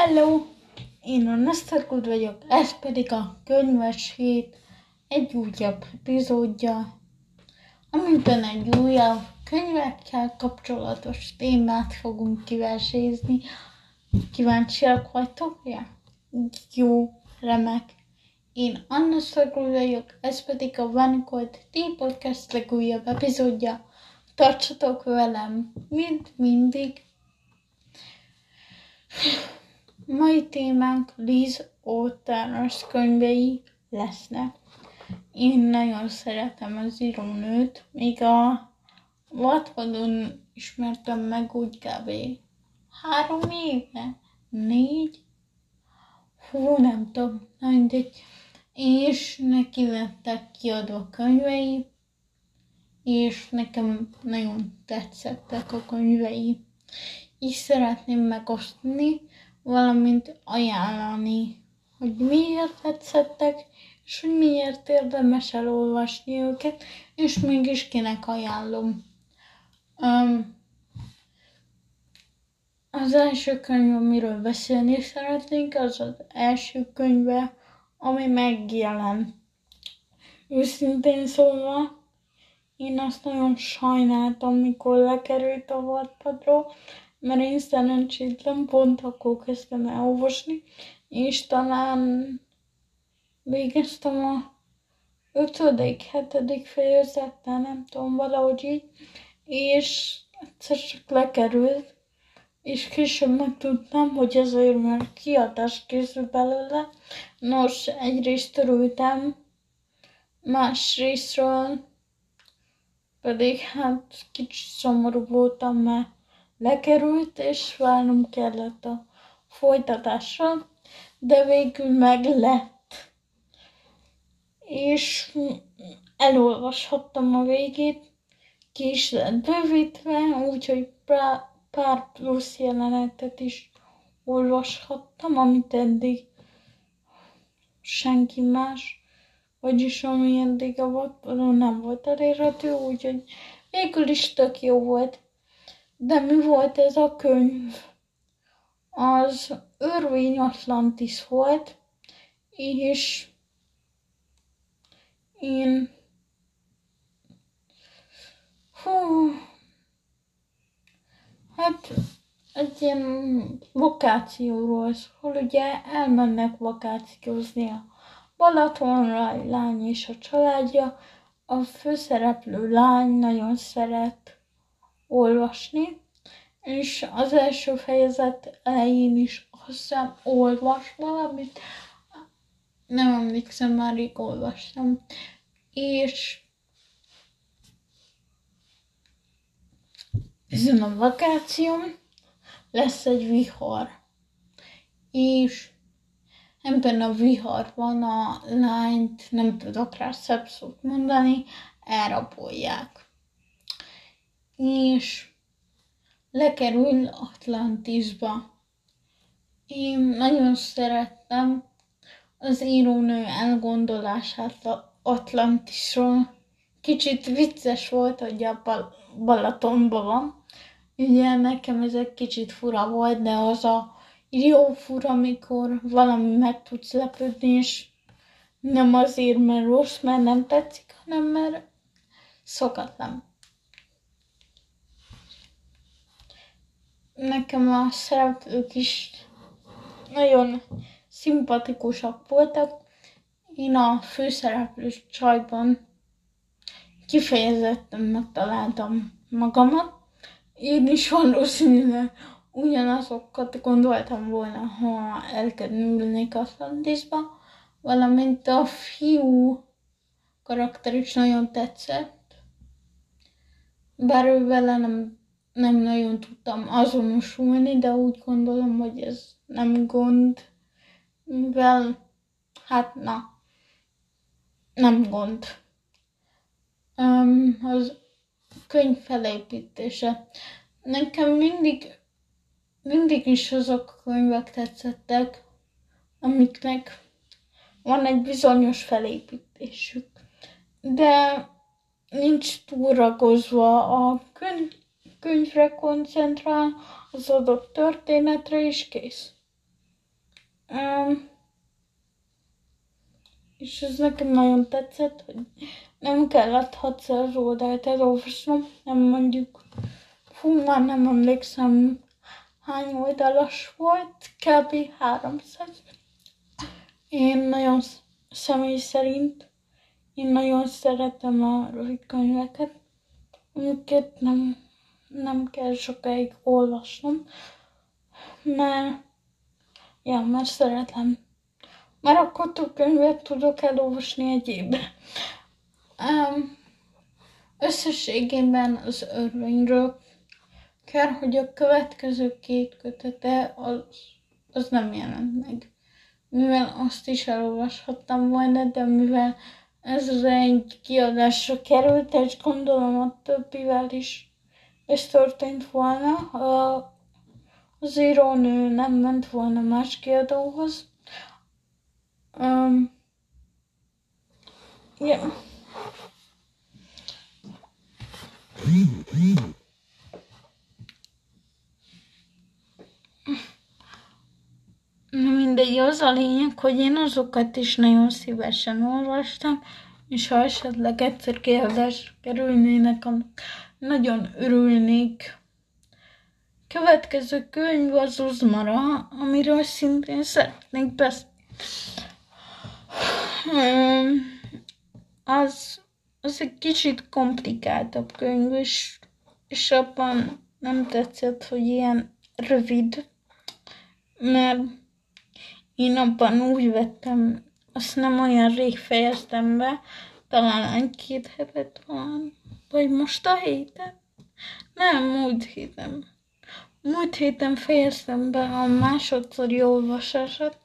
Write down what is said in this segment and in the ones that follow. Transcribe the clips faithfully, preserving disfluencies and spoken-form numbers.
Hello! Én a Neszterkud vagyok, ez pedig a Könyves Hét egy újabb epizódja, amiben egy újabb könyvekkel kapcsolatos témát fogunk kivesézni. Kíváncsiak vagytok rá? Jó, remek. Én a Neszterkud vagyok, ez pedig a Vanikod Tea Podcast legújabb epizódja. Tartsatok velem, mint mindig. Mai témánk Liz O'Connor könyvei lesznek. Én nagyon szeretem az írónőt, még a Wattpadon ismertem meg úgy kb. Három éve, négy, hú, nem tudom, mindegy. És neki lettek kiadva könyvei, és nekem nagyon tetszettek a könyvei. És szeretném megosztani, valamint ajánlani, hogy miért tetszettek, és hogy miért érdemes elolvasni őket, és mégis kinek ajánlom. Um, az első könyv, amiről beszélni szeretnénk, az az első könyve, ami megjelent. Őszintén szólva, én azt nagyon sajnáltam, mikor lekerült a Wattpadról, mert én szerencsétlen pont akkor kezdtem elolvasni, és talán végeztem a ötödik, hetedik fejezettel, nem tudom, valahogy így, és egyszer csak lekerült, és később megtudtam, hogy ezért már kiadás készül belőle. Nos, egyrészt örültem, másrésztről pedig hát kicsit szomorú voltam, mert lekerült, és várnom kellett a folytatásra, de végül meg lett. És elolvashattam a végét, ki is lett bővítve, úgyhogy pár plusz jelenetet is olvashattam, amit eddig senki más, vagyis ami eddig a Wattpadon nem volt elérhető, úgyhogy végül is tök jó volt. De mi volt ez a könyv? Az Örvény Atlantis volt, és én hú, hát egy ilyen vakációról szól, ugye elmennek vakációzni a Balatonra, egy lány és a családja. A főszereplő lány nagyon szeret olvasni, és az első fejezet elején is azt hiszem olvas valamit, nem emlékszem, már rég olvastam, és ezen a vakáción lesz egy vihar, és ebben a viharban a lányt, nem tudok rá szebb szót mondani, elrabolják. És lekerül Atlantisba. Én nagyon szerettem az írónő elgondolását Atlantisról. Kicsit vicces volt, hogy a Bal- Balatonban van. Ugye nekem ez egy kicsit fura volt, de az a jó fura, amikor valami meg tudsz lepődni, és nem azért, mert rossz, mert nem tetszik, hanem mert szokatlan. Nekem a szereplők is nagyon szimpatikusak voltak. Én a főszereplő csajban kifejezetten megtaláltam magamat. Én is valószínűleg ugyanazokat gondoltam volna, ha elkerülnék Atlantisba, valamint a fiú karakter is nagyon tetszett, bár ő vele nem, nem nagyon tudtam azonosulni, de úgy gondolom, hogy ez nem gond, mivel, hát na, nem gond. Um, az könyv felépítése. Nekem mindig, mindig is azok a könyvek tetszettek, amiknek van egy bizonyos felépítésük, de nincs túlragozva a könyv, könyvre koncentrál, az adott történetre is kész. Um, és ez nekem nagyon tetszett, hogy nem kellett hatszáz oldalt elolvasnom, nem mondjuk, fú, már nem emlékszem, hány oldalas volt, kb. háromszáz. Én nagyon személy szerint, én nagyon szeretem a rövid könyveket, amiket nem, nem kell sokáig olvasnom, mert, ja, mert szeretem. Mert akkor több könyvet tudok elolvasni egy évben. Um, összességében az örvényről kell, hogy a következő két kötete az, az nem jelent meg. Mivel azt is elolvashattam volna, de mivel ez az egy kiadásra került, és gondolom a többivel is ez történt volna, a, az írónő nem ment volna más kiadóhoz. Um, yeah. Na mindegy, az a lényeg, hogy én azokat is nagyon szívesen olvastam, és ha esetleg egyszer kiadásra kerülnének, annak nagyon örülnék. Következő könyv az Uzmara, amiről szintén szeretnék beszélni. Az, az egy kicsit komplikáltabb könyv, és, és abban nem tetszett, hogy ilyen rövid, mert én abban úgy vettem, azt nem olyan rég fejeztem be, talán egy-két hetet van, vagy most a héten? Nem, múlt héten. Múlt héten fejeztem be a másodszori olvasását,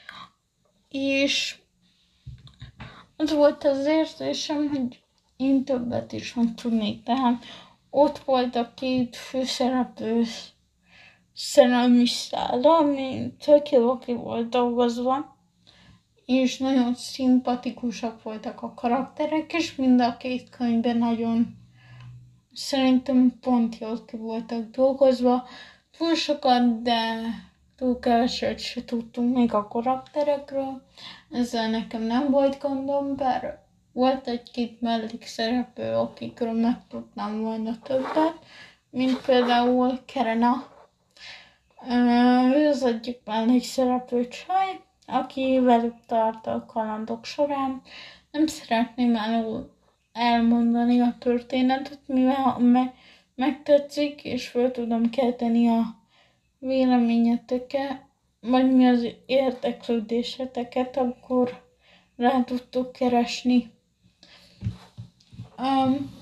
és az volt az érzésem, hogy én többet is meg tudnék. Tehát ott volt a két főszereplő szerelmi szála, ami tök jól ki volt dolgozva, és nagyon szimpatikusak voltak a karakterek, és mind a két könyvben nagyon szerintem pont jól ki voltak dolgozva. Túl sokat, de túl keveset se tudtunk még a karakterekről. Ezzel nekem nem volt gondom, bár volt egy-két mellékszereplő, akikről meg tudtam volna többet, mint például Kerena. Ő az egyik mellékszereplő csaj, aki velük tart a kalandok során. Nem szeretném el elmondani a történetet, mivel me- megtetszik, és föl tudom kelteni a véleményeteket, vagy mi az érdeklődéseteket, akkor rá tudtok keresni. Um,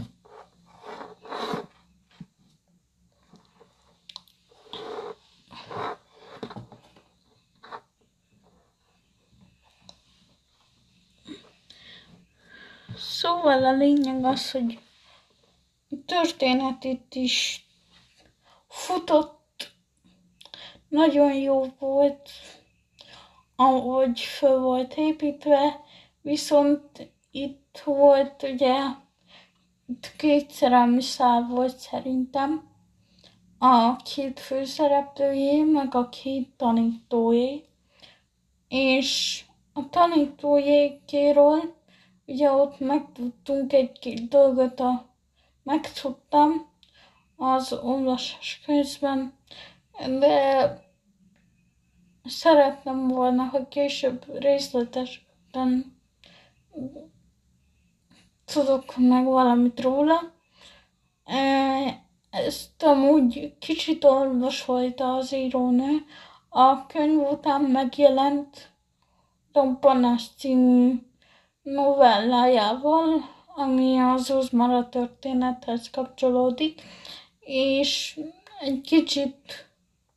Szóval a lényeg az, hogy a történet itt is futott, nagyon jó volt, ahogy föl volt építve, viszont itt volt ugye, itt két szerelmi szál volt szerintem, a két főszereplőjé, meg a két tanítójé, és a tanítójékéről ugye ott megtudtunk egy-két dolgot, a, megtudtam az olvasás közben, de szeretném volna, hogy később részletesben tudok meg valamit róla. Ezt amúgy kicsit olvasolta az írónő, a könyv után megjelent Robbanás című novellájával, ami az Uzmara történethez kapcsolódik, és egy kicsit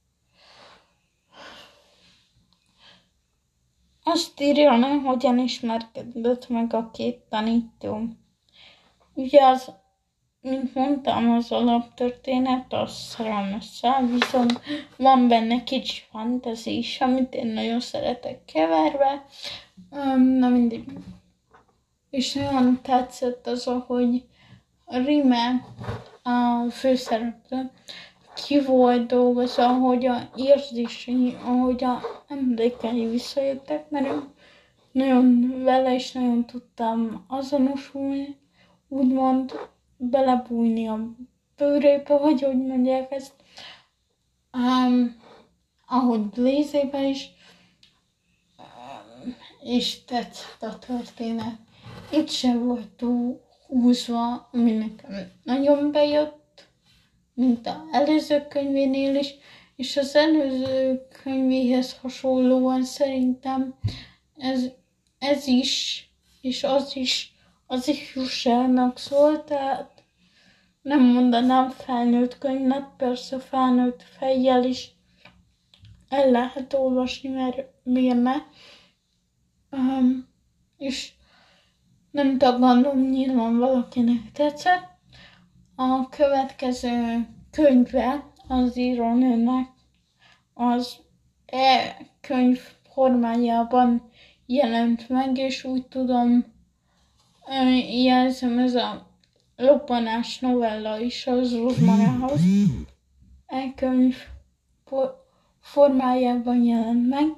azt írja le, hogyan ismerkedett meg a két tanító. Ugye az, mint mondtam, az alaptörténet, az szerelmes szál, viszont van benne kicsi fantasy is, amit én nagyon szeretek keverve. Um, na mindig. És nagyon tetszett az, ahogy a Rime, a főszereplő, ki volt dolgozva, ahogy a érzései, ahogy a emlékei visszajöttek, mert nagyon vele is nagyon tudtam azonosulni, úgymond belebújni a bőrébe, vagy hogy mondják ezt. Um, ahogy Blaze-ben is, um, és tetszett a történet. Itt sem volt túl húzva, ami nekem nagyon bejött, mint az előző könyvénél is, és az előző könyvéhez hasonlóan szerintem ez, ez is, és az is az ifjúságnak szól, tehát nem mondanám felnőtt könyvnek, persze felnőtt fejjel is el lehet olvasni, mert miért ne. Um, és nem tagadom, nyilván valakinek tetszett. A következő könyve az írónőnek az e-könyv formájában jelent meg, és úgy tudom, jelzem, ez a Lobbanás novella is az Rozmarához e-könyv formájában jelent meg.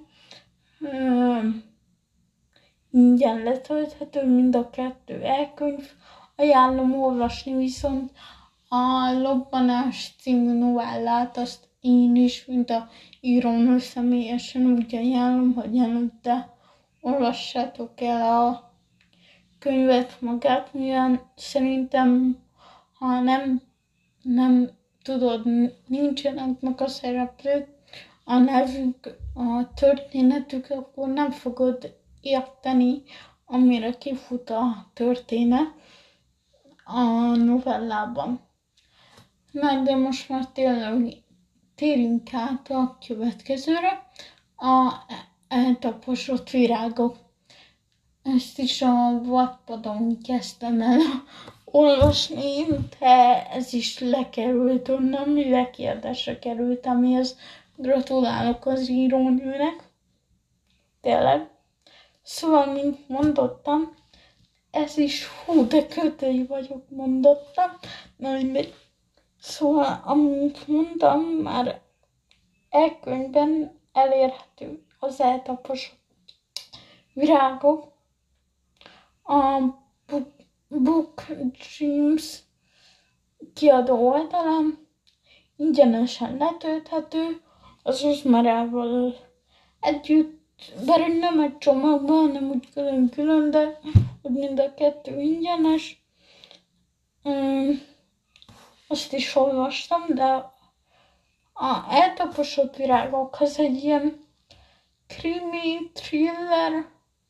Ingyen letölthető mind a kettő e-könyv. Ajánlom olvasni, viszont a Lobbanás című novellát azt én is, mint a írónő személyesen úgy ajánlom, hogy előtte olvassátok el a könyvet magát, mivel szerintem, ha nem, nem tudod, nincsenek meg a szereplők, a nevük, a történetük, akkor nem fogod érteni, amire kifut a történet a novellában. Na, de most már tényleg térjünk át a következőre, a eltaposott virágok. Ezt is a Wattpadon kezdtem el olvasni, de ez is lekerült onnan, mivel kérdésre került, amihez gratulálok az írónőnek. Tényleg. Szóval, mint mondottam, ez is, hú, de kötői vagyok, mondottam. Na mindegy. Szóval, amint mondtam, már e-könyvben elérhető az eltaposott virágok. A Book, Book Dreams kiadó oldalán ingyenesen letölthető, az Rozmarával együtt, bár nem egy csomagban, hanem úgy külön-külön, de úgy mind a kettő ingyenes. Um, azt is olvastam, de a eltaposott virágok az egy ilyen krimi, thriller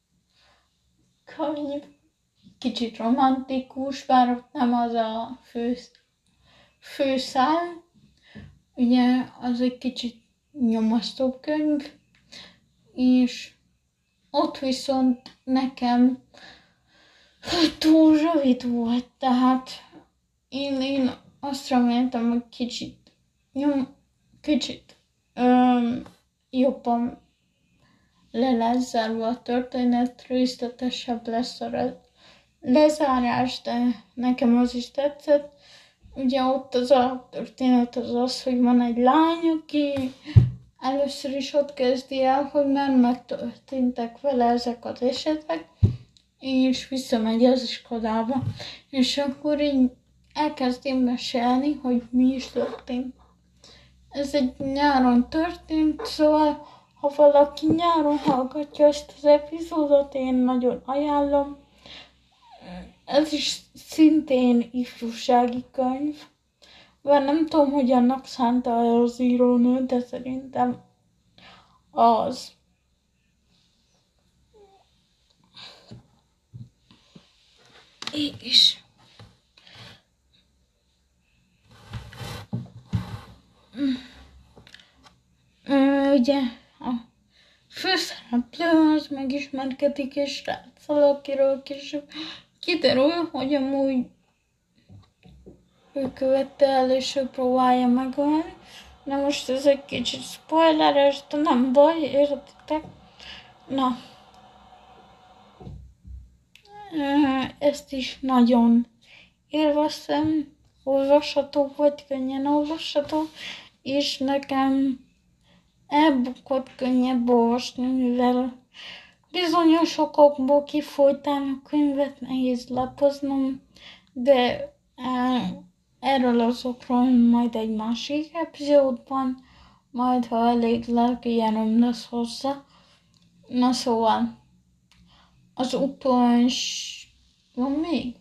könyv, kicsit romantikus, bár ott nem az a fő, főszál, ugye az egy kicsit nyomasztóbb könyv, és ott viszont nekem túl rövid volt, tehát én, én azt reméltem, hogy kicsit, nyom, kicsit öm, jobban le lesz zárva a történet, részletesebb lesz a lezárás, de nekem az is tetszett. Ugye ott az alaptörténet az az, hogy van egy lány, aki először is ott kezdi el, hogy már megtörténtek vele ezek az esetek, és visszamegy az iskolába. És akkor így elkezdi mesélni, hogy mi is történt. Ez egy nyáron történt, szóval ha valaki nyáron hallgatja ezt az epizódot, én nagyon ajánlom. Ez is szintén ifjúsági könyv. Bár nem tudom, hogy annak szánta az írónő, de szerintem az. És ugye a főszereplő az megismerkedik és sráccal, akiről később kiderül, hogy amúgy ő követte el, és ő próbálja megölni. Na most ez egy kicsit spoileres, de nem baj, értitek? Na. Ezt is nagyon élveztem olvasható, vagy könnyen olvasható, és nekem elbukott könnyebb olvasni, mivel bizonyos okokból kifolytán a könyvet nehéz lapoznom, de erről azokról majd egy másik epizódban, majd ha elég lelkijelöm lesz hozzá. Na szóval, az utolsó... Van még?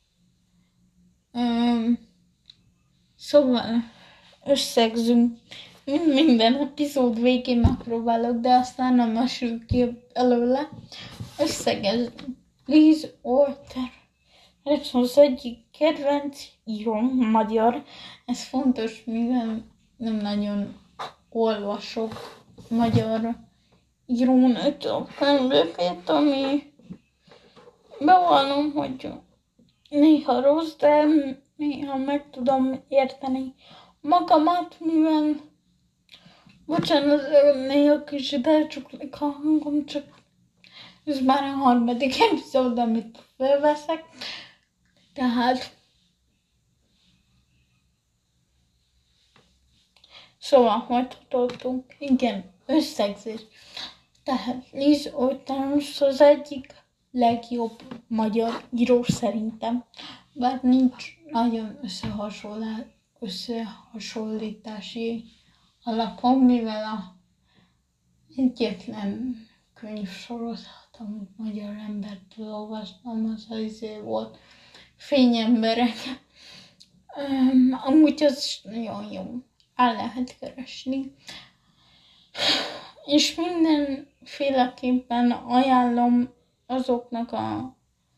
Um, szóval, összegzünk. Minden epizód végén megpróbálok, de aztán nem esül ki előle. Összegezünk. Liz Olter. Ez az egyik kedvenc íróm, magyar. Ez fontos, mivel nem nagyon olvasok magyar írónőt a könyveket, ami bevallom, hogy néha rossz, de néha meg tudom érteni magamat, mivel bocsánat, néha kicsit elcsuklik a hangom, csak ez már a harmadik epizód, amit felveszek. Tehát szóval, hogy tartottunk? Igen, összegzés. Tehát Liz Olter az egyik legjobb magyar író szerintem, bár nincs nagyon összehasonlítási alapom, mivel a egyetlen könyvsorozat, amit magyar embertől olvastam, az izé volt, Fényemberek. Um, amúgy az nagyon jó, el lehet keresni. És mindenféleképpen ajánlom azoknak a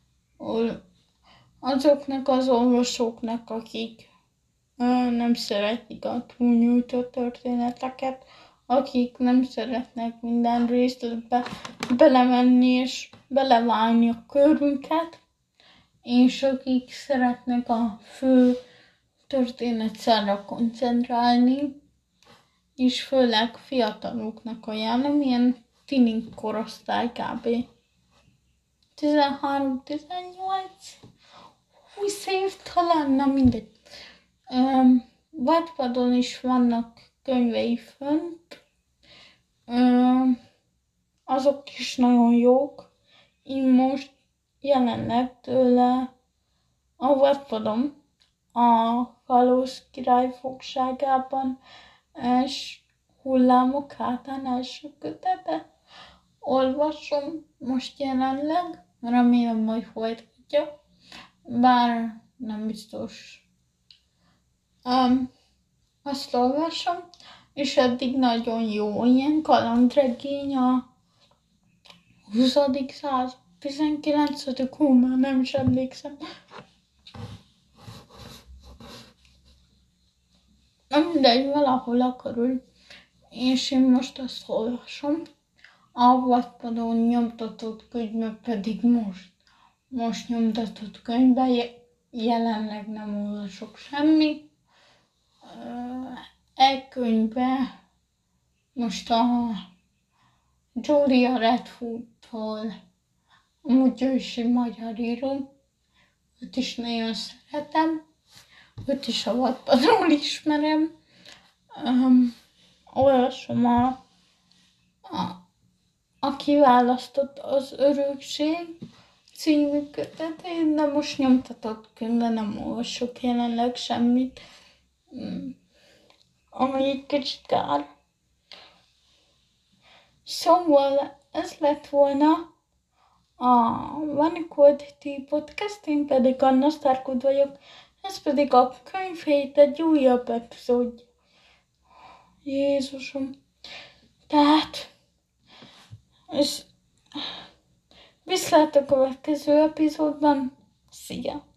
azoknak az olvasóknak, akik uh, nem szeretik a túlnyújtott történeteket, akik nem szeretnek minden részletbe belemenni és belevágni a körünket, és akik szeretnek a fő történetszálra koncentrálni, és főleg fiataloknak ajánlom, ilyen tini korosztály kb. tizenhárom tizennyolc húsz év talán, na mindegy. Um, Wattpadon is vannak könyvei fönt, um, azok is nagyon jók. Én most jelenleg tőle a Wattpadon, a Kalóz király fogságában és hullámok hátán első kötete olvasom most jelenleg, remélem majd folytatja, bár nem biztos. Um, azt olvasom, és eddig nagyon jó, ilyen kalandregény a huszadik század, tizenkilencedik hú, már nem is emlékszem. Mindegy, valahol a körül, és én most azt olvasom. A Wattpadon nyomtatott könyvbe pedig most, most nyomtatott könyvbe, jelenleg nem olvasok semmi. Egy könyvbe most a Julia Redwood-tól, amúgy ő is egy magyar író, őt is nagyon szeretem, őt is a Wattpadról ismerem. Um, olvasom a, a, a kiválasztott az örökség című kötetét, de most nyomtatott könyvbe nem olvasok jelenleg semmit, ami egy kicsit kár. Szóval ez lett volna a Vanikódti podcast, én pedig Anna Sztárkod vagyok, ez pedig a könyvhét egy újabb epizód. Jézusom. Tehát, és viszlát a következő epizódban. Szia!